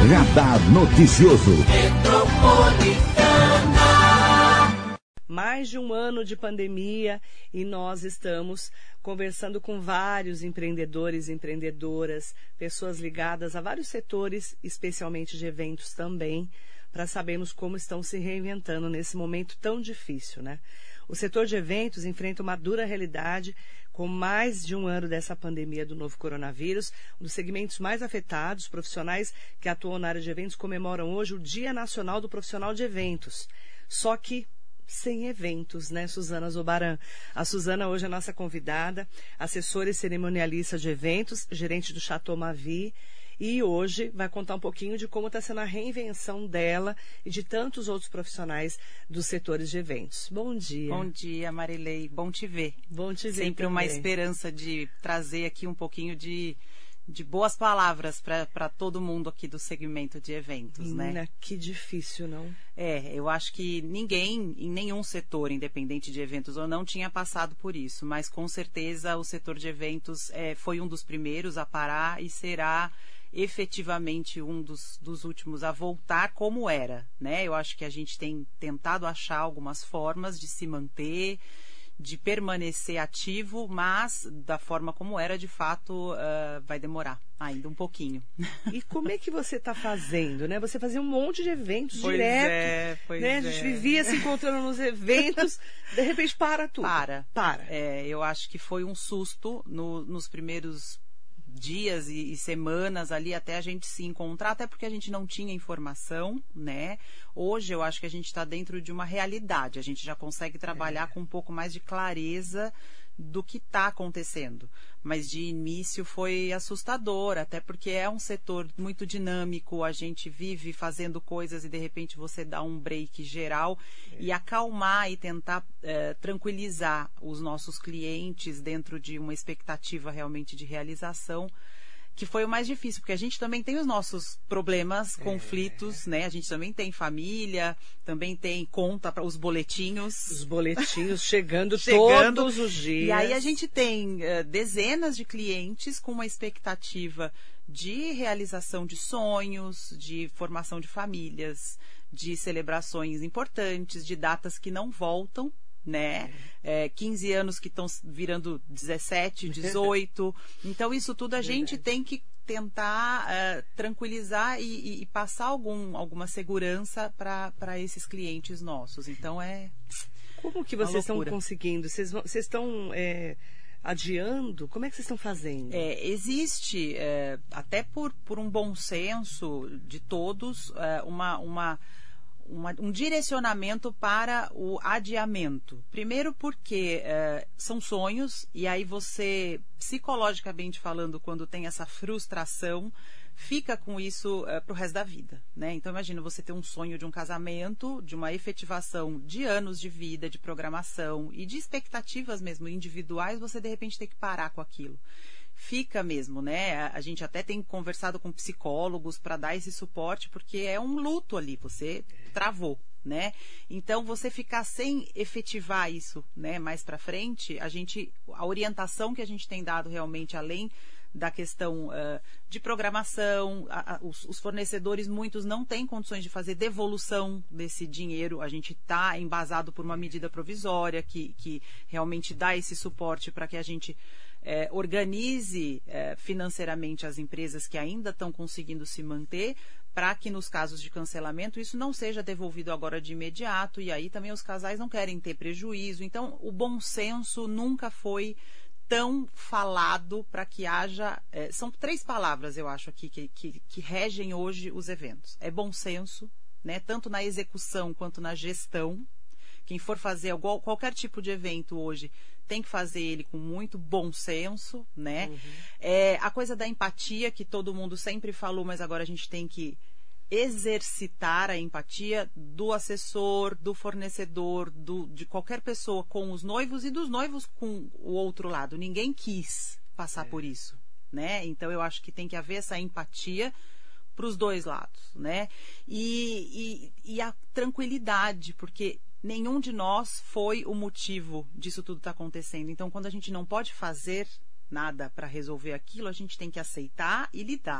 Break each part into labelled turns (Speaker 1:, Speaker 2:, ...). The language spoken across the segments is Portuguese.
Speaker 1: Radar Noticioso.
Speaker 2: Mais de um ano de pandemia e nós estamos conversando com vários empreendedores e empreendedoras, pessoas ligadas a vários setores, especialmente de eventos também, para sabermos como estão se reinventando nesse momento tão difícil, né? O setor de eventos enfrenta uma dura realidade com mais de um ano dessa pandemia do novo coronavírus. Um dos segmentos mais afetados, profissionais que atuam na área de eventos, comemoram hoje o Dia Nacional do Profissional de Eventos. Só que sem eventos, né, Suzana Zobaran? A Suzana hoje é nossa convidada, assessora e cerimonialista de eventos, gerente do Chateau Mavi, e hoje vai contar um pouquinho de como está sendo a reinvenção dela e de tantos outros profissionais dos setores de eventos. Bom dia.
Speaker 3: Bom dia, Marilei. Bom te ver.
Speaker 2: Bom te ver
Speaker 3: Sempre
Speaker 2: também.
Speaker 3: Uma esperança de trazer aqui um pouquinho de boas palavras para todo mundo aqui do segmento de eventos,
Speaker 2: Menina,
Speaker 3: né?
Speaker 2: que difícil, não?
Speaker 3: Eu acho que ninguém, em nenhum setor, independente de eventos ou não, tinha passado por isso, mas com certeza o setor de eventos foi um dos primeiros a parar e será efetivamente um dos últimos a voltar como era, né? Eu acho que a gente tem tentado achar algumas formas de se manter, de permanecer ativo, mas da forma como era, de fato, vai demorar ainda um pouquinho.
Speaker 2: E como é que você está fazendo, né? Você fazia um monte de eventos
Speaker 3: Pois
Speaker 2: direto,
Speaker 3: pois
Speaker 2: né? A gente vivia se encontrando nos eventos, de repente para tudo.
Speaker 3: Para.
Speaker 2: Para.
Speaker 3: Eu acho que foi um susto nos primeiros dias e semanas ali até a gente se encontrar, até porque a gente não tinha informação, né? Hoje eu acho que a gente está dentro de uma realidade, a gente já consegue trabalhar com um pouco mais de clareza do que está acontecendo, mas de início foi assustador, até porque é um setor muito dinâmico, a gente vive fazendo coisas e de repente você dá um break geral e acalmar e tentar tranquilizar os nossos clientes dentro de uma expectativa realmente de realização, que foi o mais difícil, porque a gente também tem os nossos problemas, conflitos, né? A gente também tem família, também tem conta para os boletinhos.
Speaker 2: Os boletinhos chegando todos os dias.
Speaker 3: E aí a gente tem dezenas de clientes com uma expectativa de realização de sonhos, de formação de famílias, de celebrações importantes, de datas que não voltam, né? 15 anos que estão virando 17, 18. Então, isso tudo a gente tem que tentar tranquilizar e passar alguma segurança para esses clientes nossos. Então,
Speaker 2: Como que vocês estão conseguindo? Vocês estão adiando? Como é que vocês estão fazendo?
Speaker 3: Existe, até por um bom senso de todos, um direcionamento para o adiamento. Primeiro porque são sonhos, e aí você, psicologicamente falando, quando tem essa frustração, fica com isso para o resto da vida, né? Então, imagina você ter um sonho de um casamento, de uma efetivação de anos de vida, de programação e de expectativas mesmo individuais, você de repente tem que parar com aquilo. Fica mesmo, né? A gente até tem conversado com psicólogos para dar esse suporte, porque é um luto ali, você travou, né? Então, você ficar sem efetivar isso, né, mais para frente, a orientação que a gente tem dado realmente, além da questão de programação, os fornecedores, muitos não têm condições de fazer devolução desse dinheiro, a gente está embasado por uma medida provisória que realmente dá esse suporte para que a gente organize financeiramente as empresas que ainda estão conseguindo se manter, para que nos casos de cancelamento isso não seja devolvido agora de imediato, e aí também os casais não querem ter prejuízo. Então, o bom senso nunca foi tão falado para que haja... são 3 palavras, eu acho, aqui que regem hoje os eventos. É bom senso, né, tanto na execução quanto na gestão. Quem for fazer qualquer tipo de evento hoje tem que fazer ele com muito bom senso, né? Uhum. A coisa da empatia, que todo mundo sempre falou, mas agora a gente tem que exercitar a empatia do assessor, do fornecedor, de qualquer pessoa com os noivos e dos noivos com o outro lado. Ninguém quis passar por isso, né? Então, eu acho que tem que haver essa empatia para os dois lados, né? E a tranquilidade, porque nenhum de nós foi o motivo disso tudo estar acontecendo. Então, quando a gente não pode fazer nada para resolver aquilo, a gente tem que aceitar e lidar,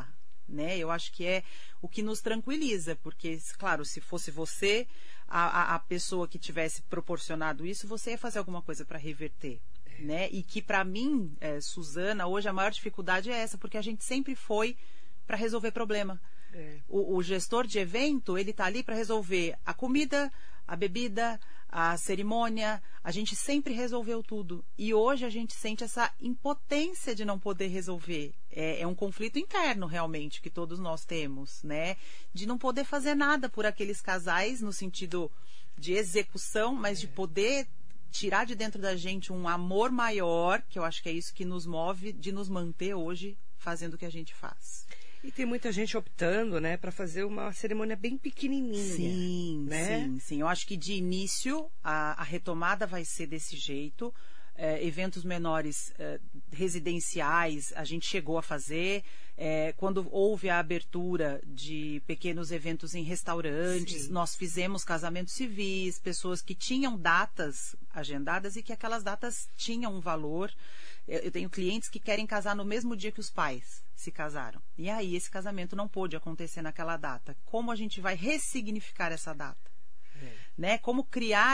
Speaker 3: né? Eu acho que é o que nos tranquiliza, porque, claro, se fosse você, a pessoa que tivesse proporcionado isso, você ia fazer alguma coisa para reverter, né? E que para mim, Suzana, hoje a maior dificuldade é essa, porque a gente sempre foi para resolver problema. O gestor de evento, ele está ali para resolver a comida, a bebida, a cerimônia, a gente sempre resolveu tudo. E hoje a gente sente essa impotência de não poder resolver. É um conflito interno, realmente, que todos nós temos, né? De não poder fazer nada por aqueles casais, no sentido de execução, mas de poder tirar de dentro da gente um amor maior, que eu acho que é isso que nos move, de nos manter hoje fazendo o que a gente faz.
Speaker 2: E tem muita gente optando, né, para fazer uma cerimônia bem pequenininha.
Speaker 3: Sim,
Speaker 2: né?
Speaker 3: sim. Eu acho que de início a retomada vai ser desse jeito. Eventos menores residenciais a gente chegou a fazer. Quando houve a abertura de pequenos eventos em restaurantes,
Speaker 2: Sim.
Speaker 3: nós fizemos casamentos civis, pessoas que tinham datas agendadas e que aquelas datas tinham um valor. Eu tenho clientes que querem casar no mesmo dia que os pais se casaram. E aí esse casamento não pôde acontecer naquela data. Como a gente vai ressignificar essa data? Né? Como criar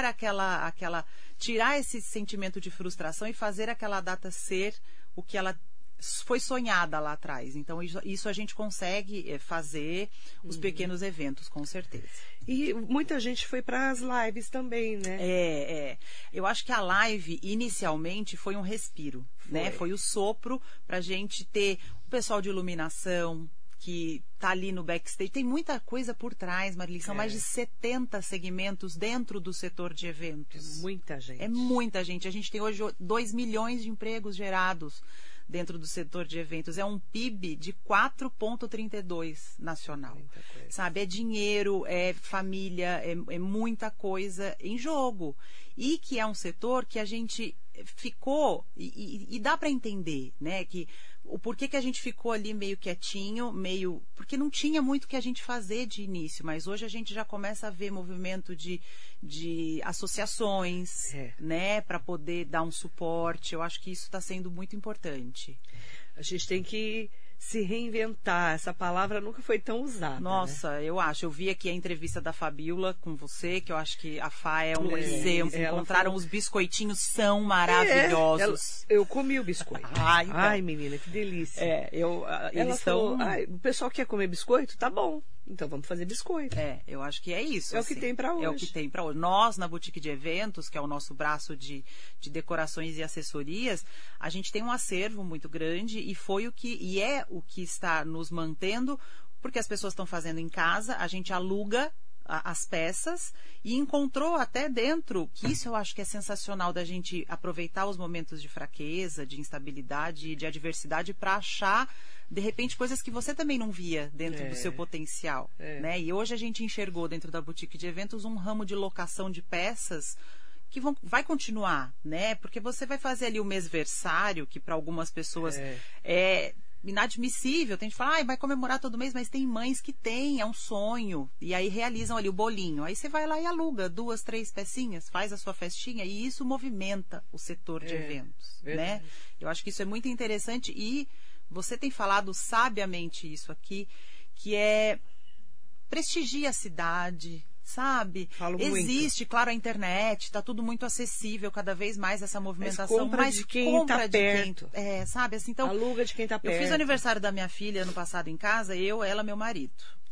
Speaker 3: tirar esse sentimento de frustração e fazer aquela data ser o que ela foi sonhada lá atrás. Então isso a gente consegue fazer os pequenos eventos, com certeza.
Speaker 2: E muita gente foi para as lives também, né?
Speaker 3: Eu acho que a live inicialmente foi um respiro, né? Foi o sopro para a gente ter o pessoal de iluminação que tá ali no backstage. Tem muita coisa por trás, Marili. São mais de 70 segmentos dentro do setor de eventos.
Speaker 2: Muita gente.
Speaker 3: É muita gente. A gente tem hoje 2 milhões de empregos gerados dentro do setor de eventos. É um PIB de 4,32 nacional. Sabe? É dinheiro, é família, é muita coisa em jogo. E que é um setor que a gente ficou, e dá para entender, né? Que o porquê que a gente ficou ali meio quietinho, porque não tinha muito o que a gente fazer de início, mas hoje a gente já começa a ver movimento de associações, né, para poder dar um suporte. Eu acho que isso está sendo muito importante.
Speaker 2: A gente tem que se reinventar. Essa palavra nunca foi tão usada.
Speaker 3: Nossa, né? Eu vi aqui a entrevista da Fabiola com você, que eu acho que a Fá é um exemplo. Encontraram os biscoitinhos, são maravilhosos.
Speaker 2: Eu comi o biscoito.
Speaker 3: Então.
Speaker 2: Ai, menina, que delícia.
Speaker 3: Eles são...
Speaker 2: o pessoal quer comer biscoito? Tá bom. Então vamos fazer biscoito.
Speaker 3: Eu acho que é isso.
Speaker 2: É o que tem para hoje.
Speaker 3: É o que tem para hoje. Nós, na Boutique de Eventos, que é o nosso braço de decorações e assessorias, a gente tem um acervo muito grande e é o que está nos mantendo, porque as pessoas estão fazendo em casa, a gente aluga as peças e encontrou até dentro, que isso eu acho que é sensacional, da gente aproveitar os momentos de fraqueza, de instabilidade, de adversidade para achar, de repente, coisas que você também não via dentro do seu potencial, né? E hoje a gente enxergou dentro da Boutique de Eventos um ramo de locação de peças que vai continuar, né? Porque você vai fazer ali o mêsversário, que para algumas pessoas é inadmissível. Tem gente que fala, vai comemorar todo mês, mas tem mães que têm, é um sonho. E aí realizam ali o bolinho. Aí você vai lá e aluga 2, 3 pecinhas, faz a sua festinha, e isso movimenta o setor de eventos, né? Eu acho que isso é muito interessante e você tem falado sabiamente isso aqui, que prestigia a cidade, sabe? Existe, claro, a internet, está tudo muito acessível, cada vez mais essa movimentação.
Speaker 2: Mas compra de quem está perto.
Speaker 3: Sabe? Assim, então,
Speaker 2: aluga de quem está perto.
Speaker 3: Eu fiz o aniversário da minha filha ano passado em casa, ela, meu marido.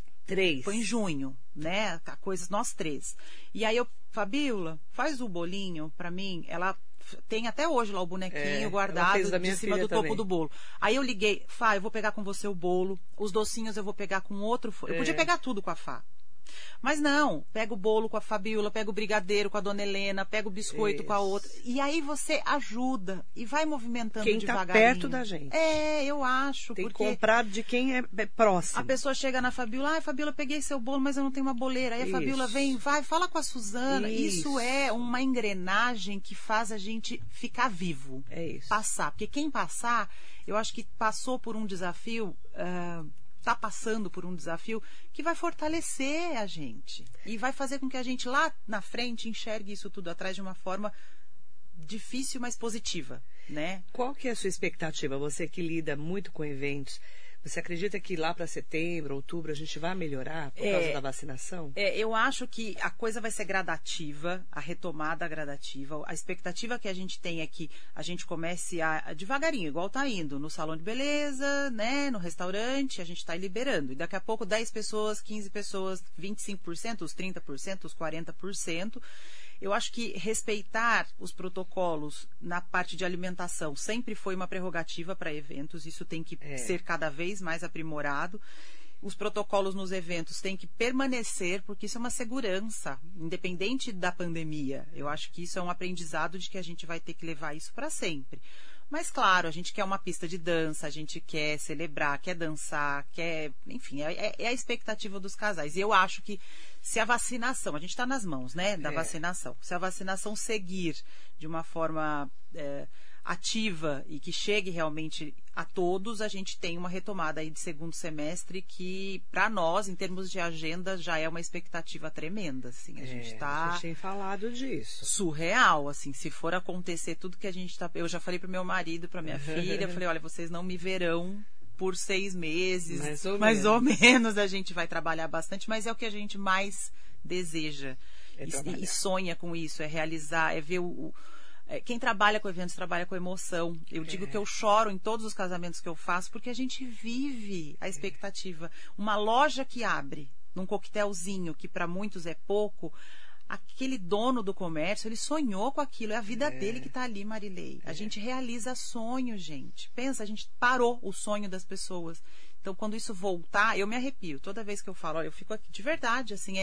Speaker 2: 3.
Speaker 3: Foi em junho, né? Nós 3. E aí Fabiola, faz o bolinho para mim. Ela tem até hoje lá o bonequinho guardado de cima do topo do bolo. Aí eu liguei, Fá, eu vou pegar com você o bolo, os docinhos eu vou pegar com outro. Eu podia pegar tudo com a Fá. Mas não, pega o bolo com a Fabiola, pega o brigadeiro com a Dona Helena, pega o biscoito com a outra. E aí você ajuda e vai movimentando devagarinho.
Speaker 2: Quem está perto da gente.
Speaker 3: Eu acho.
Speaker 2: Tem que comprar de quem é próximo.
Speaker 3: A pessoa chega na Fabiola, Fabiola, peguei seu bolo, mas eu não tenho uma boleira. Aí a Fabiola vem, vai, fala com a Suzana. Isso é uma engrenagem que faz a gente ficar vivo.
Speaker 2: É isso.
Speaker 3: Passar. Porque quem passar, eu acho que passou por um desafio... está passando por um desafio que vai fortalecer a gente e vai fazer com que a gente lá na frente enxergue isso tudo atrás de uma forma difícil, mas positiva, né?
Speaker 2: Qual que é a sua expectativa? Você que lida muito com eventos, Você acredita que lá para setembro, outubro, a gente vai melhorar por causa da vacinação?
Speaker 3: Eu acho que a coisa vai ser gradativa, a retomada gradativa. A expectativa que a gente tem é que a gente comece a devagarinho, igual tá indo, no salão de beleza, né, no restaurante, a gente está liberando. E daqui a pouco 10 pessoas, 15 pessoas, 25%, os 30%, os 40%. Eu acho que respeitar os protocolos na parte de alimentação sempre foi uma prerrogativa para eventos, isso tem que ser cada vez mais aprimorado. Os protocolos nos eventos têm que permanecer, porque isso é uma segurança, independente da pandemia. Eu acho que isso é um aprendizado de que a gente vai ter que levar isso para sempre. Mas, claro, a gente quer uma pista de dança, a gente quer celebrar, quer dançar, quer... Enfim, é a expectativa dos casais. E eu acho que se a vacinação... A gente está nas mãos, né, da vacinação. Se a vacinação seguir de uma forma ativa e que chegue realmente a todos, a gente tem uma retomada aí de segundo semestre que, para nós, em termos de agenda, já é uma expectativa tremenda, assim. A gente
Speaker 2: tem falado disso.
Speaker 3: Surreal, assim, se for acontecer tudo que a gente está... Eu já falei pro meu marido, pra minha filha, eu falei, olha, vocês não me verão por 6 meses, mais ou menos. A gente vai trabalhar bastante, mas é o que a gente mais deseja e sonha com isso, é realizar, é ver quem trabalha com eventos trabalha com emoção. Eu digo que eu choro em todos os casamentos que eu faço porque a gente vive a expectativa. Uma loja que abre num coquetelzinho, que para muitos é pouco, aquele dono do comércio, ele sonhou com aquilo, é a vida dele que está ali, Marilei. A gente realiza sonho, gente. Pensa, a gente parou o sonho das pessoas. Então, quando isso voltar, eu me arrepio. Toda vez que eu falo, olha, eu fico aqui de verdade, assim,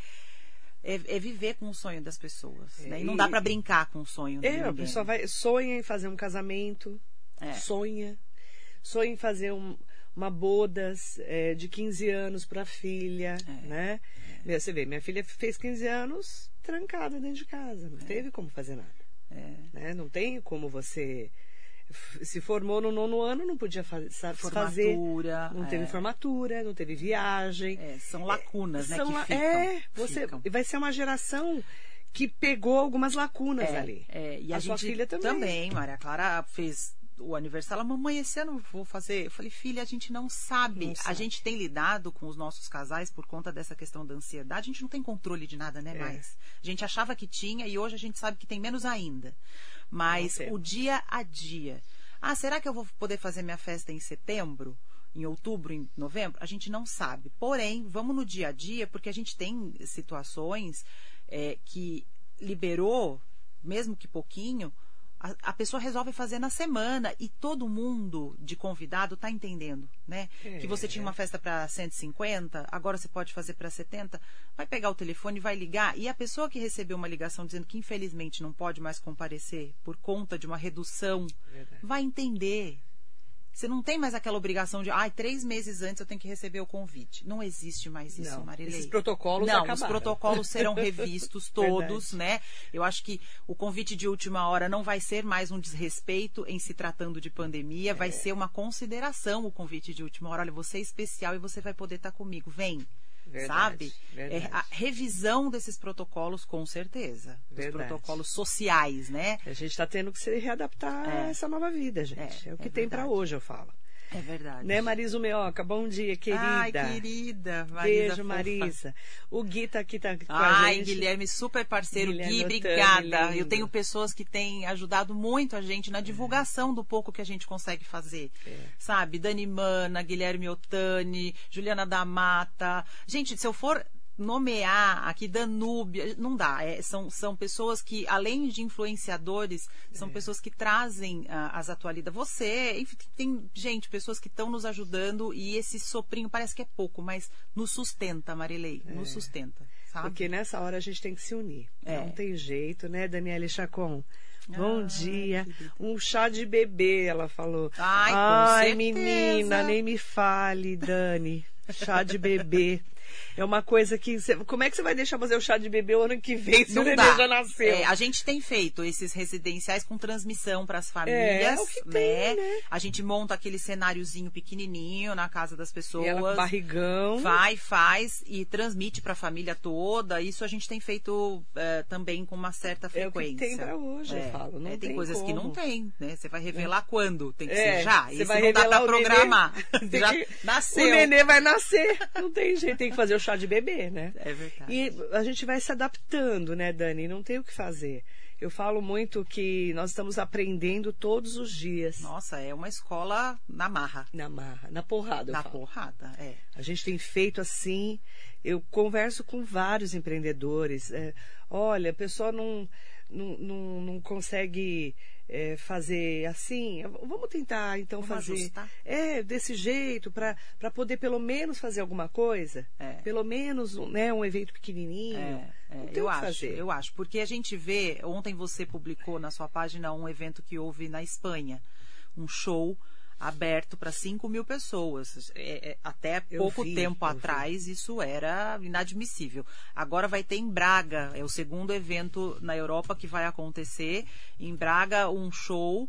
Speaker 3: é viver com o sonho das pessoas. Né? E não dá para brincar com o sonho.
Speaker 2: A pessoa sonha em fazer um casamento, sonha em fazer uma bodas de 15 anos para a filha, né? Você vê, minha filha fez 15 anos trancada dentro de casa, não teve como fazer nada. Né? Não tem como você... Se formou no 9º ano, não podia fazer, não teve formatura, não teve viagem.
Speaker 3: São lacunas, né, que ficam.
Speaker 2: Vai ser uma geração que pegou algumas lacunas ali.
Speaker 3: E a sua filha também. Também, Maria Clara fez o aniversário. Ela, mamãe, esse ano eu vou fazer. Eu falei, filha, a gente não sabe. A gente tem lidado com os nossos casais por conta dessa questão da ansiedade. A gente não tem controle de nada, né, mais. A gente achava que tinha e hoje a gente sabe que tem menos ainda. Mas o dia a dia. Será que eu vou poder fazer minha festa em setembro? Em outubro, em novembro? A gente não sabe. Porém, vamos no dia a dia, porque a gente tem situações que liberou, mesmo que pouquinho, a pessoa resolve fazer na semana e todo mundo de convidado está entendendo, né? Que você tinha uma festa para 150, agora você pode fazer para 70, vai pegar o telefone, vai ligar e a pessoa que recebeu uma ligação dizendo que infelizmente não pode mais comparecer por conta de uma redução, vai entender. Você não tem mais aquela obrigação de 3 meses antes eu tenho que receber o convite. Não existe mais isso, Marilei.
Speaker 2: Esses protocolos acabaram.
Speaker 3: Os protocolos serão revistos todos, né? Eu acho que o convite de última hora não vai ser mais um desrespeito em se tratando de pandemia, vai ser uma consideração o convite de última hora. Olha, você é especial e você vai poder estar comigo. Vem. Sabe? A revisão desses protocolos, com certeza. Dos protocolos sociais, né?
Speaker 2: A gente está tendo que se readaptar a essa nova vida, gente. É o que tem para hoje, eu falo.
Speaker 3: É verdade.
Speaker 2: Né, Marisa Meoca? Bom dia, querida.
Speaker 3: Ai, querida. Marisa,
Speaker 2: beijo,
Speaker 3: fofa.
Speaker 2: Marisa. O Gui tá aqui com a gente.
Speaker 3: Guilherme, super parceiro. Gui, obrigada. Eu tenho pessoas que têm ajudado muito a gente na divulgação do pouco que a gente consegue fazer. Sabe? Dani Mana, Guilherme Otani, Juliana da Mata. Gente, se eu for nomear aqui Danúbia, não dá. São pessoas que, além de influenciadores, são pessoas que trazem as atualidades. Você, enfim, tem gente, pessoas que estão nos ajudando e esse soprinho parece que é pouco, mas nos sustenta, Marilei, nos sustenta, sabe?
Speaker 2: Porque nessa hora a gente tem que se unir. Não tem jeito, né, Daniele Chacon? Bom dia. Querida. Um chá de bebê, ela falou.
Speaker 3: Ai,
Speaker 2: menina, nem me fale, Dani. Chá de bebê. É uma coisa que... como é que você vai deixar fazer o chá de bebê o ano que vem se
Speaker 3: Não
Speaker 2: o nenê
Speaker 3: dá.
Speaker 2: já nasceu?
Speaker 3: A gente tem feito esses residenciais com transmissão para as famílias,
Speaker 2: É o que
Speaker 3: né?
Speaker 2: tem, né?
Speaker 3: A gente monta aquele cenáriozinho pequenininho na casa das pessoas.
Speaker 2: E ela com barrigão.
Speaker 3: Vai, faz e transmite para a família toda. Isso a gente tem feito também com uma certa frequência.
Speaker 2: É o que tem para hoje, eu falo. Não
Speaker 3: tem coisas
Speaker 2: como.
Speaker 3: que não tem, né? Você vai revelar quando? Tem que ser já.
Speaker 2: Você
Speaker 3: Isso
Speaker 2: vai
Speaker 3: não dá
Speaker 2: revelar
Speaker 3: para
Speaker 2: o
Speaker 3: programar.
Speaker 2: Nenê,
Speaker 3: Já
Speaker 2: que...
Speaker 3: nasceu.
Speaker 2: O nenê vai nascer. Não tem jeito, tem que fazer o chá de bebê, né?
Speaker 3: É verdade.
Speaker 2: E a gente vai se adaptando, né, Dani? Não tem o que fazer. Eu falo muito que nós estamos aprendendo todos os dias.
Speaker 3: Nossa, é uma escola na marra.
Speaker 2: Na marra, na porrada,
Speaker 3: Na porrada,
Speaker 2: A gente tem feito assim. Eu converso com vários empreendedores. Olha, a pessoa não consegue fazer assim. Vamos tentar, então,
Speaker 3: Vamos
Speaker 2: fazer.
Speaker 3: Ajustar.
Speaker 2: Desse jeito, para poder pelo menos fazer alguma coisa. Pelo menos um evento pequenininho.
Speaker 3: Eu acho. Porque a gente vê, ontem você publicou na sua página um evento que houve na Espanha. Um show aberto para 5.000 pessoas. Até pouco tempo atrás isso era inadmissível. Agora vai ter em Braga, é o segundo evento na Europa que vai acontecer. Em Braga, um show,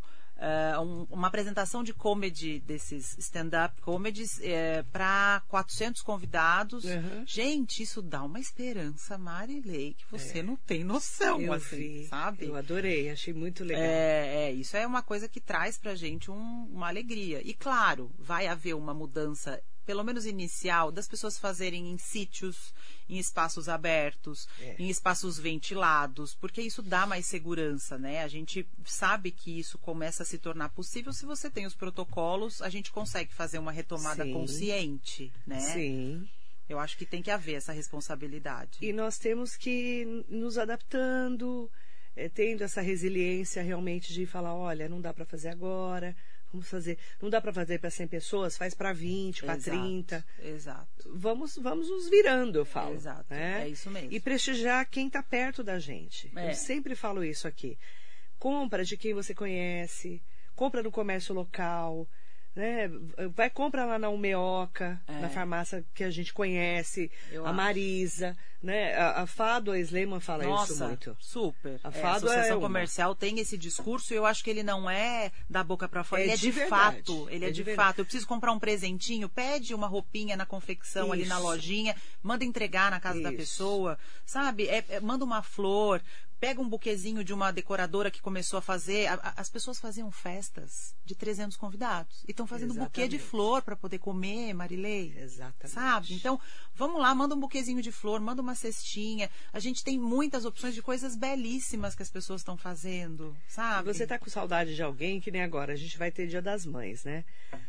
Speaker 3: uma apresentação de comedy, desses stand-up comedies, para 400 convidados.
Speaker 2: Uhum.
Speaker 3: Gente, isso dá uma esperança, Marilei, que você não tem noção,
Speaker 2: Eu
Speaker 3: assim,
Speaker 2: vi,
Speaker 3: sabe?
Speaker 2: Eu adorei, achei muito legal.
Speaker 3: Isso é uma coisa que traz pra gente uma alegria. E claro, vai haver uma mudança, pelo menos inicial, das pessoas fazerem em sítios, em espaços abertos, em espaços ventilados, porque isso dá mais segurança, né? A gente sabe que isso começa a se tornar possível se você tem os protocolos, a gente consegue fazer uma retomada consciente, né?
Speaker 2: Sim.
Speaker 3: Eu acho que tem que haver essa responsabilidade.
Speaker 2: E nós temos que ir nos adaptando, tendo essa resiliência realmente de falar, olha, não dá para fazer agora, vamos fazer, não dá para fazer para 100 pessoas, faz para 20, para 30.
Speaker 3: Exato.
Speaker 2: Vamos nos virando, eu falo.
Speaker 3: Exato,
Speaker 2: né?
Speaker 3: É isso mesmo.
Speaker 2: E prestigiar quem está perto da gente. Eu sempre falo isso aqui. Compra de quem você conhece, compra no comércio local, né? Vai comprar lá na Umeoca, na farmácia que a gente conhece, Marisa, né? A Fado, a Sleman fala isso muito.
Speaker 3: Super.
Speaker 2: A
Speaker 3: Fado Associação Comercial tem esse discurso e eu acho que ele não é da boca para fora, ele é de fato. Ele é de fato. Eu preciso comprar um presentinho, pede uma roupinha na confecção ali na lojinha, manda entregar na casa da pessoa, sabe? Manda uma flor. Pega um buquezinho de uma decoradora que começou a fazer. As pessoas faziam festas de 300 convidados. E estão fazendo buquê de flor para poder comer, Marilei.
Speaker 2: Exatamente.
Speaker 3: Sabe? Então, vamos lá, manda um buquezinho de flor, manda uma cestinha. A gente tem muitas opções de coisas belíssimas que as pessoas estão fazendo, sabe?
Speaker 2: Você tá com saudade de alguém, que nem agora. A gente vai ter Dia das Mães, né?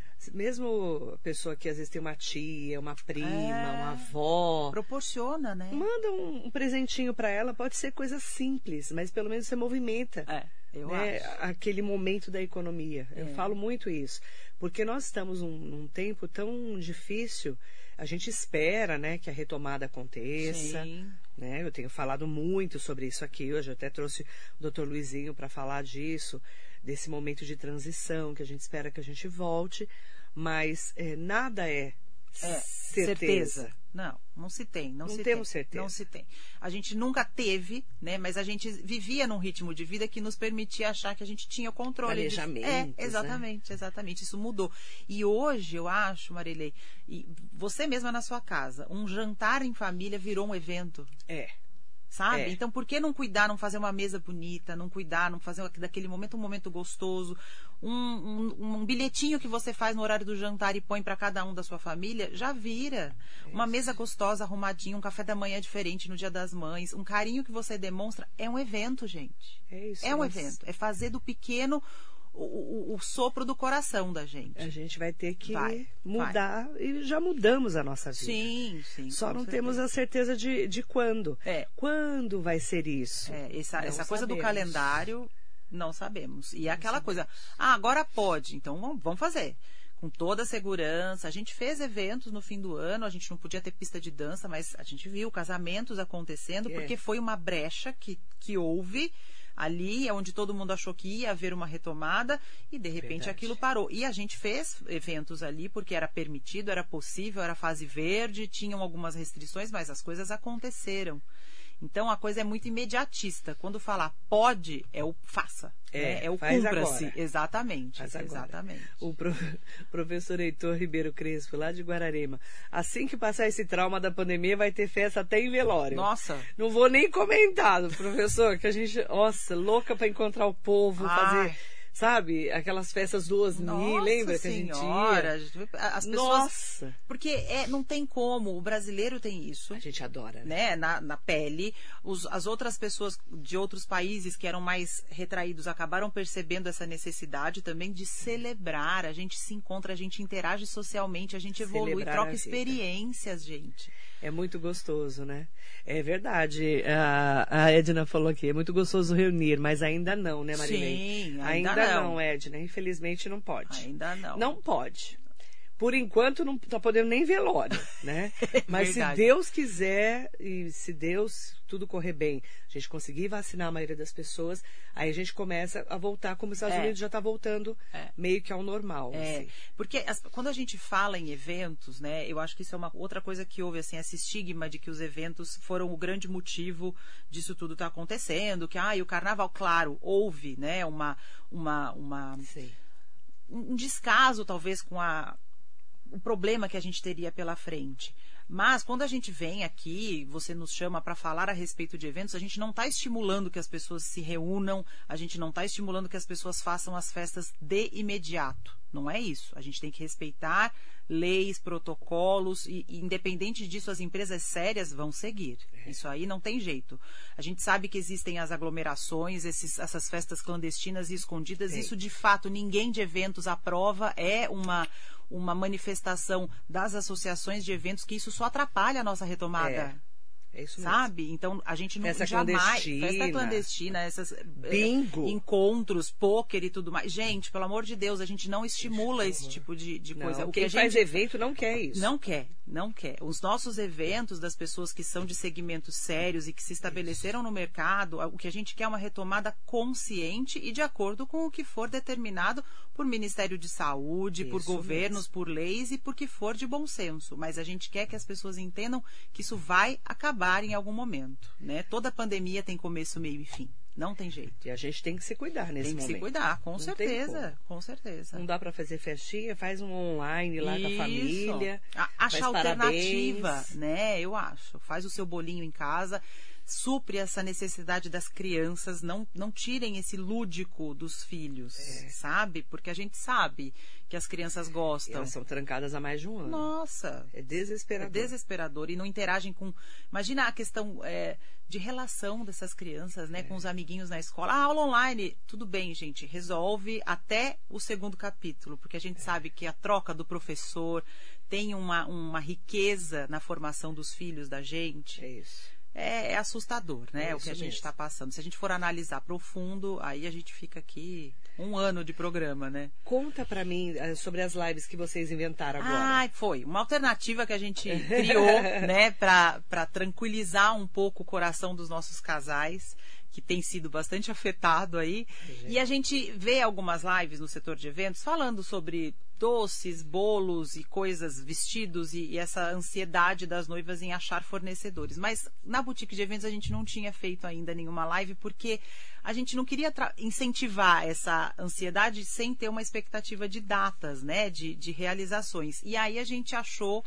Speaker 2: Mesmo a pessoa que às vezes tem uma tia, uma prima, uma avó.
Speaker 3: Proporciona, né?
Speaker 2: Manda um presentinho para ela, pode ser coisa simples, mas pelo menos você movimenta
Speaker 3: eu
Speaker 2: acho. Aquele momento da economia. Eu falo muito isso. Porque nós estamos num tempo tão difícil, a gente espera, né, que a retomada aconteça.
Speaker 3: Sim.
Speaker 2: Né? Eu tenho falado muito sobre isso aqui hoje, eu até trouxe o Dr. Luizinho para falar disso, desse momento de transição, que a gente espera que a gente volte, mas nada é certeza.
Speaker 3: Não se tem. Não
Speaker 2: temos certeza.
Speaker 3: Não se tem. A gente nunca teve, né? Mas a gente vivia num ritmo de vida que nos permitia achar que a gente tinha o controle.
Speaker 2: Planejamento.
Speaker 3: Exatamente. Isso mudou. E hoje, eu acho, Marilei, e você mesma na sua casa, um jantar em família virou um evento. Sabe? Então, por que não cuidar, não fazer uma mesa bonita, não cuidar, não fazer daquele momento um momento gostoso, um bilhetinho que você faz no horário do jantar e põe para cada um da sua família, já vira. Uma mesa gostosa, arrumadinha, um café da manhã diferente no Dia das Mães, um carinho que você demonstra, é um evento, gente. É um evento. É fazer do pequeno o sopro do coração da gente.
Speaker 2: A gente vai ter que mudar e já mudamos a nossa vida.
Speaker 3: Sim.
Speaker 2: Só não temos a certeza de quando. Quando vai ser isso?
Speaker 3: Essa coisa do calendário, não sabemos. E aquela coisa, agora pode, então vamos fazer. Com toda a segurança. A gente fez eventos no fim do ano, a gente não podia ter pista de dança, mas a gente viu casamentos acontecendo, porque foi uma brecha que houve. Ali é onde todo mundo achou que ia haver uma retomada e, de repente, aquilo parou. E a gente fez eventos ali porque era permitido, era possível, era fase verde, tinham algumas restrições, mas as coisas aconteceram. Então, a coisa é muito imediatista. Quando falar pode, é o faça. É o cumpra-se. Exatamente.
Speaker 2: Faz agora.
Speaker 3: Exatamente.
Speaker 2: O professor Heitor Ribeiro Crespo, lá de Guararema. Assim que passar esse trauma da pandemia, vai ter festa até em velório.
Speaker 3: Nossa.
Speaker 2: Não vou nem comentar, professor, que a gente, nossa, louca para encontrar o povo, fazer... Sabe? Aquelas festas do Osni, lembra que a gente ia?
Speaker 3: As pessoas...
Speaker 2: Nossa!
Speaker 3: Porque não tem como, o brasileiro tem isso.
Speaker 2: A gente adora, né?
Speaker 3: Na pele. As outras pessoas de outros países que eram mais retraídos acabaram percebendo essa necessidade também de celebrar. A gente se encontra, a gente interage socialmente, a gente evolui,
Speaker 2: Celebrar
Speaker 3: troca
Speaker 2: a vida.
Speaker 3: experiências, gente.
Speaker 2: É muito gostoso, né? É verdade. A Edna falou aqui, é muito gostoso reunir, mas ainda não, né, Marilene?
Speaker 3: Sim,
Speaker 2: ainda não, Edna. Infelizmente não pode.
Speaker 3: Ainda não.
Speaker 2: Não pode. Por enquanto não tá podendo nem velório, né? Mas
Speaker 3: Verdade.
Speaker 2: se Deus quiser e se Deus tudo correr bem, a gente conseguir vacinar a maioria das pessoas, aí a gente começa a voltar, como os Estados Unidos já está voltando meio que ao normal. Assim.
Speaker 3: Porque quando a gente fala em eventos, né, eu acho que isso é uma outra coisa que houve, assim, esse estigma de que os eventos foram o grande motivo disso tudo estar acontecendo, que o carnaval, claro, houve, né, um descaso talvez com o problema que a gente teria pela frente. Mas quando a gente vem aqui, você nos chama para falar a respeito de eventos, a gente não está estimulando que as pessoas se reúnam, a gente não está estimulando que as pessoas façam as festas de imediato. Não é isso. A gente tem que respeitar leis, protocolos e independente disso, as empresas sérias vão seguir. Isso aí não tem jeito. A gente sabe que existem as aglomerações, essas festas clandestinas e escondidas. Isso, de fato, ninguém de eventos aprova. É uma manifestação das associações de eventos que isso só atrapalha a nossa retomada.
Speaker 2: É isso mesmo.
Speaker 3: Sabe? Então, a gente não
Speaker 2: Festa
Speaker 3: clandestina, essas
Speaker 2: bingo,
Speaker 3: encontros, pôquer e tudo mais. Gente, pelo amor de Deus, a gente não estimula esse tipo de coisa.
Speaker 2: Quem faz evento não quer isso.
Speaker 3: Não quer. Os nossos eventos das pessoas que são de segmentos sérios e que se estabeleceram no mercado, o que a gente quer é uma retomada consciente e de acordo com o que for determinado por Ministério de Saúde, por governos, por leis e por que for de bom senso. Mas a gente quer que as pessoas entendam que isso vai acabar em algum momento, né? Toda pandemia tem começo, meio e fim. Não tem jeito.
Speaker 2: E a gente tem que se cuidar nesse momento.
Speaker 3: Tem que se cuidar, com certeza. Com certeza.
Speaker 2: Não dá para fazer festinha, faz um online lá com a família.
Speaker 3: Acha alternativa, né? Eu acho. Faz o seu bolinho em casa. Supre essa necessidade das crianças, não tirem esse lúdico dos filhos, sabe? Porque a gente sabe que as crianças gostam.
Speaker 2: Elas são trancadas há mais de um ano.
Speaker 3: Nossa!
Speaker 2: É desesperador.
Speaker 3: É desesperador. E não interagem com... Imagina a questão de relação dessas crianças, né? Com os amiguinhos na escola. Aula online, tudo bem, gente. Resolve até o segundo capítulo. Porque a gente sabe que a troca do professor tem uma riqueza na formação dos filhos da gente.
Speaker 2: É isso.
Speaker 3: É assustador, né? O que a gente está passando. Se a gente for analisar profundo, aí a gente fica aqui 1 ano de programa, né?
Speaker 2: Conta pra mim sobre as lives que vocês inventaram agora.
Speaker 3: Foi uma alternativa que a gente criou, né? Pra tranquilizar um pouco o coração dos nossos casais, que tem sido bastante afetado aí. E a gente vê algumas lives no setor de eventos falando sobre doces, bolos e coisas, vestidos e essa ansiedade das noivas em achar fornecedores. Mas na boutique de eventos a gente não tinha feito ainda nenhuma live porque a gente não queria incentivar essa ansiedade sem ter uma expectativa de datas, né, de realizações. E aí a gente achou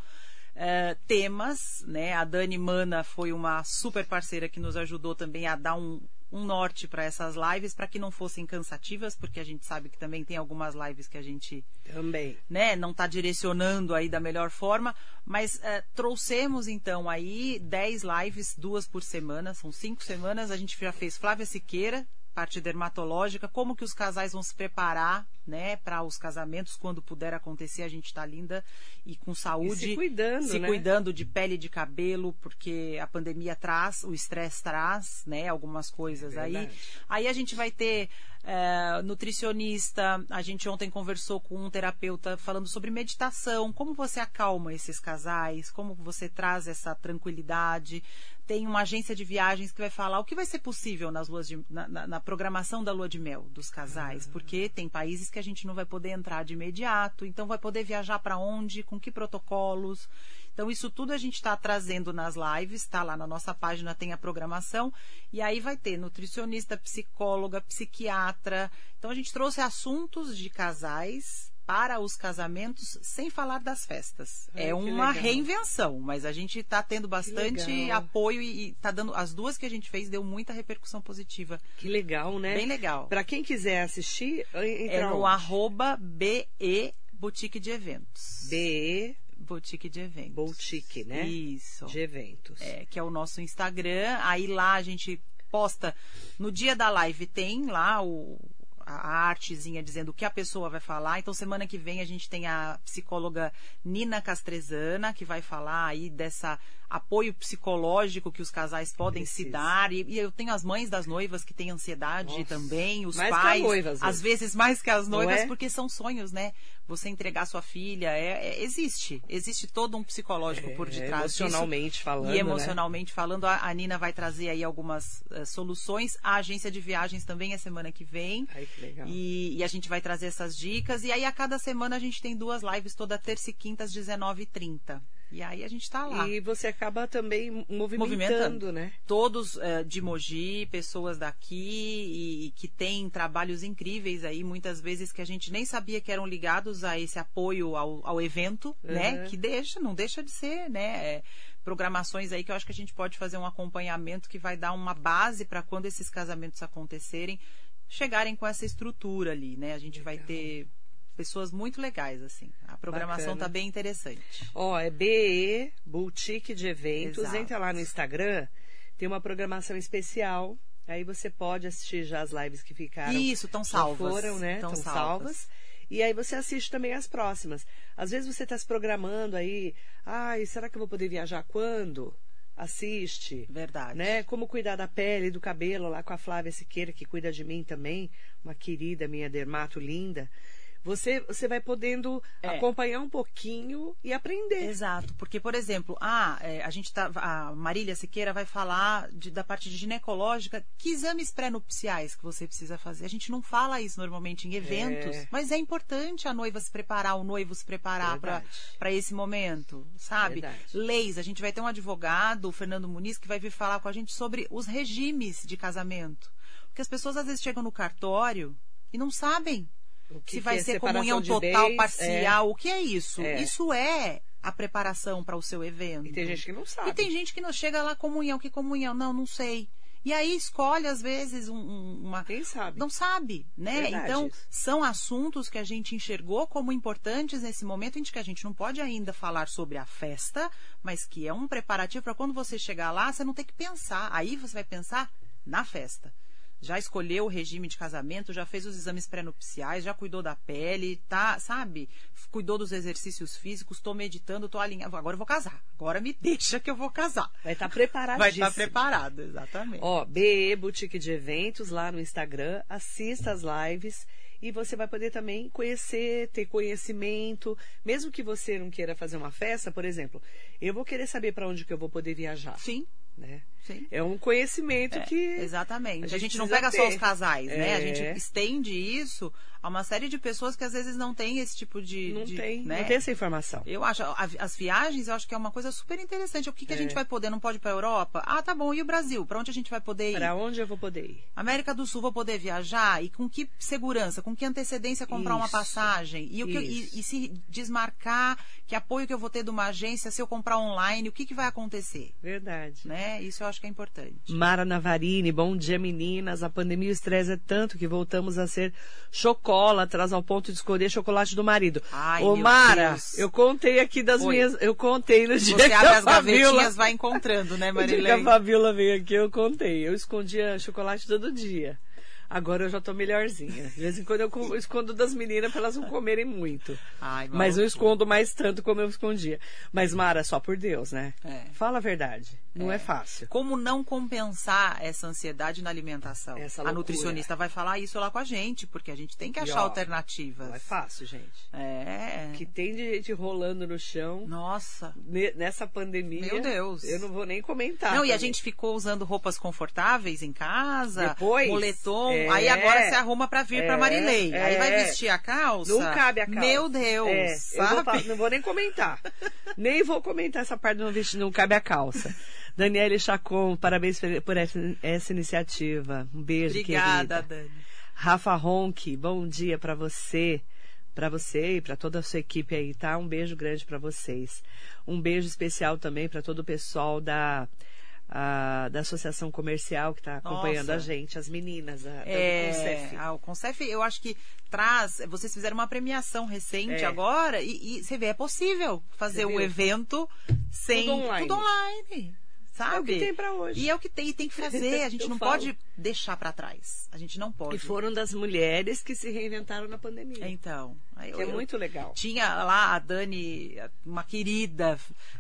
Speaker 3: temas, né? A Dani Mana foi uma super parceira que nos ajudou também a dar um norte para essas lives, para que não fossem cansativas, porque a gente sabe que também tem algumas lives que a gente
Speaker 2: também,
Speaker 3: né, não está direcionando aí da melhor forma, mas trouxemos então aí 10 lives, 2 por semana, são 5 semanas, a gente já fez Flávia Siqueira, parte dermatológica, como que os casais vão se preparar, né, para os casamentos, quando puder acontecer, a gente está linda e com saúde.
Speaker 2: E se cuidando,
Speaker 3: de pele e de cabelo, porque a pandemia traz, o estresse traz, né, algumas coisas aí. Aí a gente vai ter nutricionista. A gente ontem conversou com um terapeuta falando sobre meditação, como você acalma esses casais, como você traz essa tranquilidade. Tem uma agência de viagens que vai falar o que vai ser possível na programação da lua de mel dos casais, porque tem países que a gente não vai poder entrar de imediato, então vai poder viajar para onde, com que protocolos. Então, isso tudo a gente está trazendo nas lives, tá? Lá na nossa página tem a programação, e aí vai ter nutricionista, psicóloga, psiquiatra. Então, a gente trouxe assuntos de casais para os casamentos, sem falar das festas.
Speaker 2: Ai,
Speaker 3: é uma
Speaker 2: legal.
Speaker 3: reinvenção, mas a gente está tendo bastante apoio e está dando. As duas que a gente fez deu muita repercussão positiva.
Speaker 2: Que legal, né?
Speaker 3: Bem legal.
Speaker 2: Para quem quiser assistir, entra
Speaker 3: no
Speaker 2: onde?
Speaker 3: @BE Boutique de Eventos.
Speaker 2: BE
Speaker 3: Boutique de Eventos.
Speaker 2: Boutique, né?
Speaker 3: Isso.
Speaker 2: De eventos.
Speaker 3: Que é o nosso Instagram. Aí lá a gente posta, no dia da live tem lá a artezinha dizendo o que a pessoa vai falar. Então, semana que vem a gente tem a psicóloga Nina Castrezana, que vai falar aí dessa apoio psicológico que os casais podem se dar. E eu tenho as mães das noivas que têm ansiedade também, os
Speaker 2: mais
Speaker 3: pais,
Speaker 2: que a noiva,
Speaker 3: às vezes mais que as noivas,
Speaker 2: é?
Speaker 3: porque são sonhos, né? Você entregar sua filha, existe todo um psicológico por detrás disso.
Speaker 2: Emocionalmente falando,
Speaker 3: E emocionalmente falando, a Nina vai trazer aí algumas soluções. A agência de viagens também é semana que vem.
Speaker 2: Ai, que legal.
Speaker 3: E a gente vai trazer essas dicas. E aí, a cada semana, a gente tem 2 lives, toda terça e quinta, às 19h30. E aí, a gente tá lá.
Speaker 2: E você acaba também movimentando, né?
Speaker 3: Todos de Mogi, pessoas daqui, e que têm trabalhos incríveis aí, muitas vezes que a gente nem sabia que eram ligados a esse apoio ao evento, né? Que não deixa de ser, né? Programações aí que eu acho que a gente pode fazer um acompanhamento que vai dar uma base para quando esses casamentos acontecerem, chegarem com essa estrutura ali, né? A gente vai ter pessoas muito legais, assim. A programação tá bem interessante.
Speaker 2: É BE Boutique de Eventos.
Speaker 3: Exato.
Speaker 2: Entra lá no Instagram, tem uma programação especial. Aí você pode assistir já as lives que ficaram.
Speaker 3: Isso, estão salvas.
Speaker 2: Foram, né? Estão salvas. E aí você assiste também as próximas. Às vezes você está se programando aí. Será que eu vou poder viajar quando? Assiste.
Speaker 3: Verdade.
Speaker 2: Né? Como cuidar da pele e do cabelo lá com a Flávia Siqueira, que cuida de mim também. Uma querida minha dermato linda. Você vai podendo acompanhar um pouquinho e aprender.
Speaker 3: Exato, porque, por exemplo, a Marília Siqueira vai falar da parte de ginecológica, que exames pré-nupciais que você precisa fazer. A gente não fala isso normalmente em eventos, mas é importante a noiva se preparar, o noivo se preparar para esse momento, sabe?
Speaker 2: Verdade.
Speaker 3: Leis, a gente vai ter um advogado, o Fernando Muniz, que vai vir falar com a gente sobre os regimes de casamento. Porque as pessoas às vezes chegam no cartório e não sabem se vai ser comunhão total, parcial. O que é isso? Isso é a preparação para o seu evento.
Speaker 2: E tem gente que não sabe.
Speaker 3: E tem gente que não chega lá, comunhão. Que comunhão? Não sei. E aí escolhe, às vezes, uma...
Speaker 2: Quem sabe?
Speaker 3: Não sabe, né?
Speaker 2: Verdade.
Speaker 3: Então, são assuntos que a gente enxergou como importantes nesse momento, em que a gente não pode ainda falar sobre a festa, mas que é um preparativo para quando você chegar lá, você não ter que pensar. Aí você vai pensar na festa. Já escolheu o regime de casamento, já fez os exames pré-nupciais, já cuidou da pele, sabe? Cuidou dos exercícios físicos, estou meditando, estou alinhado. Agora eu vou casar. Agora me deixa que eu vou casar.
Speaker 2: Vai estar preparadíssimo.
Speaker 3: Vai estar preparado, exatamente.
Speaker 2: BE Boutique de Eventos, lá no Instagram. Assista as lives. E você vai poder também conhecer, ter conhecimento. Mesmo que você não queira fazer uma festa, por exemplo, eu vou querer saber para onde que eu vou poder viajar.
Speaker 3: Sim.
Speaker 2: Né?
Speaker 3: Sim.
Speaker 2: É um conhecimento que...
Speaker 3: Exatamente. A gente não pega só os casais, né? A gente estende isso a uma série de pessoas que às vezes não tem esse tipo de...
Speaker 2: Não tem essa informação.
Speaker 3: Eu acho, as viagens, eu acho que é uma coisa super interessante. O que a gente vai poder? Não pode ir para a Europa? Tá bom. E o Brasil? Para onde a gente vai poder ir?
Speaker 2: Para onde eu vou poder ir?
Speaker 3: América do Sul, vou poder viajar? E com que segurança? Com que antecedência comprar uma passagem? E se desmarcar, que apoio que eu vou ter de uma agência se eu comprar online? O que vai acontecer?
Speaker 2: Verdade.
Speaker 3: Né? Isso eu acho que é importante.
Speaker 2: Mara Navarini, bom dia, meninas. A pandemia e o estresse é tanto que voltamos a ser chocólatras ao ponto de escolher chocolate do marido. Ô, Mara,
Speaker 3: Deus.
Speaker 2: Eu contei aqui das minhas... Eu contei no dia
Speaker 3: Você
Speaker 2: que
Speaker 3: abre
Speaker 2: a
Speaker 3: as
Speaker 2: Fabiola...
Speaker 3: gavetinhas, vai encontrando, né, Marilene?
Speaker 2: No dia que a Fabiola veio aqui, eu contei. Eu escondia chocolate todo dia. Agora eu já tô melhorzinha. De vez em quando eu escondo das meninas para elas não comerem muito. Mas eu escondo mais tanto como eu escondia. Mas, Mara, só por Deus, né? Fala a verdade. Não é fácil.
Speaker 3: Como não compensar essa ansiedade na alimentação?
Speaker 2: Essa
Speaker 3: A
Speaker 2: loucura.
Speaker 3: nutricionista vai falar isso lá com a gente, porque a gente tem que achar alternativas.
Speaker 2: Não é fácil, gente.
Speaker 3: É.
Speaker 2: Que tem de gente rolando no chão.
Speaker 3: Nossa.
Speaker 2: Nessa pandemia.
Speaker 3: Meu Deus.
Speaker 2: Eu não vou nem comentar.
Speaker 3: Não, e a gente ficou usando roupas confortáveis em casa.
Speaker 2: Depois,
Speaker 3: moletom. Aí agora se arruma pra vir pra Marilei. Aí vai vestir a calça.
Speaker 2: Não cabe a calça.
Speaker 3: Meu Deus. Sabe?
Speaker 2: Não vou nem comentar. Nem vou comentar essa parte do não cabe a calça. Daniele Chacon, parabéns por essa iniciativa. Um beijo,
Speaker 3: Obrigada,
Speaker 2: querida.
Speaker 3: Dani.
Speaker 2: Rafa Ronque, bom dia para você e para toda a sua equipe aí, tá? Um beijo grande para vocês. Um beijo especial também para todo o pessoal da Associação Comercial que está acompanhando a gente, as meninas do Concef.
Speaker 3: O Concef, eu acho que vocês fizeram uma premiação recente agora e você vê, é possível fazer um evento sem tudo online. Sabe?
Speaker 2: É o que tem pra hoje.
Speaker 3: E é o que tem que fazer. A gente não pode deixar pra trás. A gente não pode.
Speaker 2: E foram das mulheres que se reinventaram na pandemia.
Speaker 3: Então.
Speaker 2: É muito legal.
Speaker 3: Tinha lá a Dani, uma querida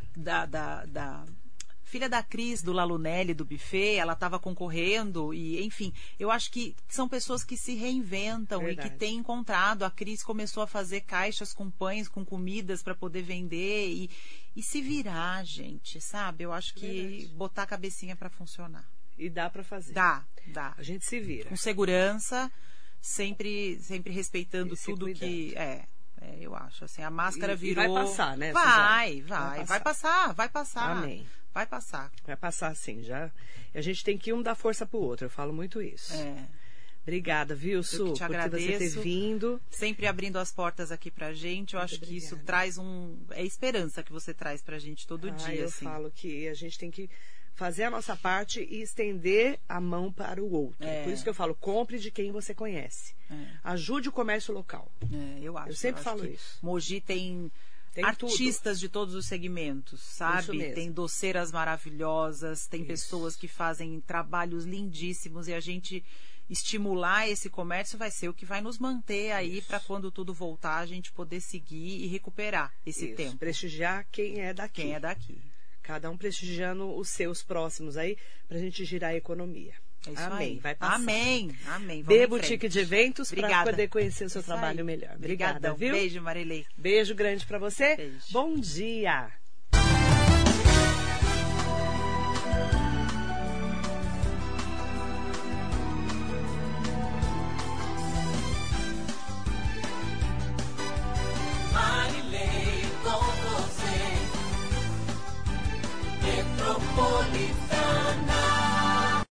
Speaker 3: filha da Cris, do Lalunelli, do buffet, ela estava concorrendo e, enfim, eu acho que são pessoas que se reinventam. Verdade. E que têm encontrado. A Cris começou a fazer caixas com pães, com comidas para poder vender e se virar, gente, sabe? Eu acho que Verdade. Botar a cabecinha para funcionar.
Speaker 2: E dá para fazer.
Speaker 3: Dá.
Speaker 2: A gente se vira.
Speaker 3: Com segurança, sempre respeitando tudo cuidando. Que... eu acho, assim, a máscara virou...
Speaker 2: E vai passar, né?
Speaker 3: Vai passar.
Speaker 2: Amém.
Speaker 3: Vai passar.
Speaker 2: Vai passar, sim, já. A gente tem que dar força pro outro, eu falo muito isso. Obrigada, viu, Su,
Speaker 3: eu te agradeço,
Speaker 2: por você ter vindo.
Speaker 3: Sempre abrindo as portas aqui pra gente. Eu muito acho que obrigada. Isso traz é esperança que você traz pra gente todo dia.
Speaker 2: Eu
Speaker 3: assim.
Speaker 2: falo que a gente tem que fazer a nossa parte e estender a mão para o outro. Por isso que eu falo, compre de quem você conhece. Ajude o comércio local.
Speaker 3: Eu acho.
Speaker 2: Eu sempre falo isso.
Speaker 3: Mogi tem artistas de todos os segmentos, sabe? Tem doceiras maravilhosas, tem pessoas que fazem trabalhos lindíssimos e a gente estimular esse comércio vai ser o que vai nos manter aí para quando tudo voltar a gente poder seguir e recuperar esse tempo.
Speaker 2: Prestigiar quem é daqui. Cada um prestigiando os seus próximos aí pra gente girar a economia.
Speaker 3: É isso
Speaker 2: Amém.
Speaker 3: Aí.
Speaker 2: Vai passar.
Speaker 3: Amém.
Speaker 2: B Boutique de Eventos para poder conhecer o seu trabalho melhor. Obrigada, viu?
Speaker 3: Beijo, Marilei.
Speaker 2: Beijo grande para você.
Speaker 3: Beijo.
Speaker 2: Bom dia.
Speaker 4: Marilei com você. Metrópole.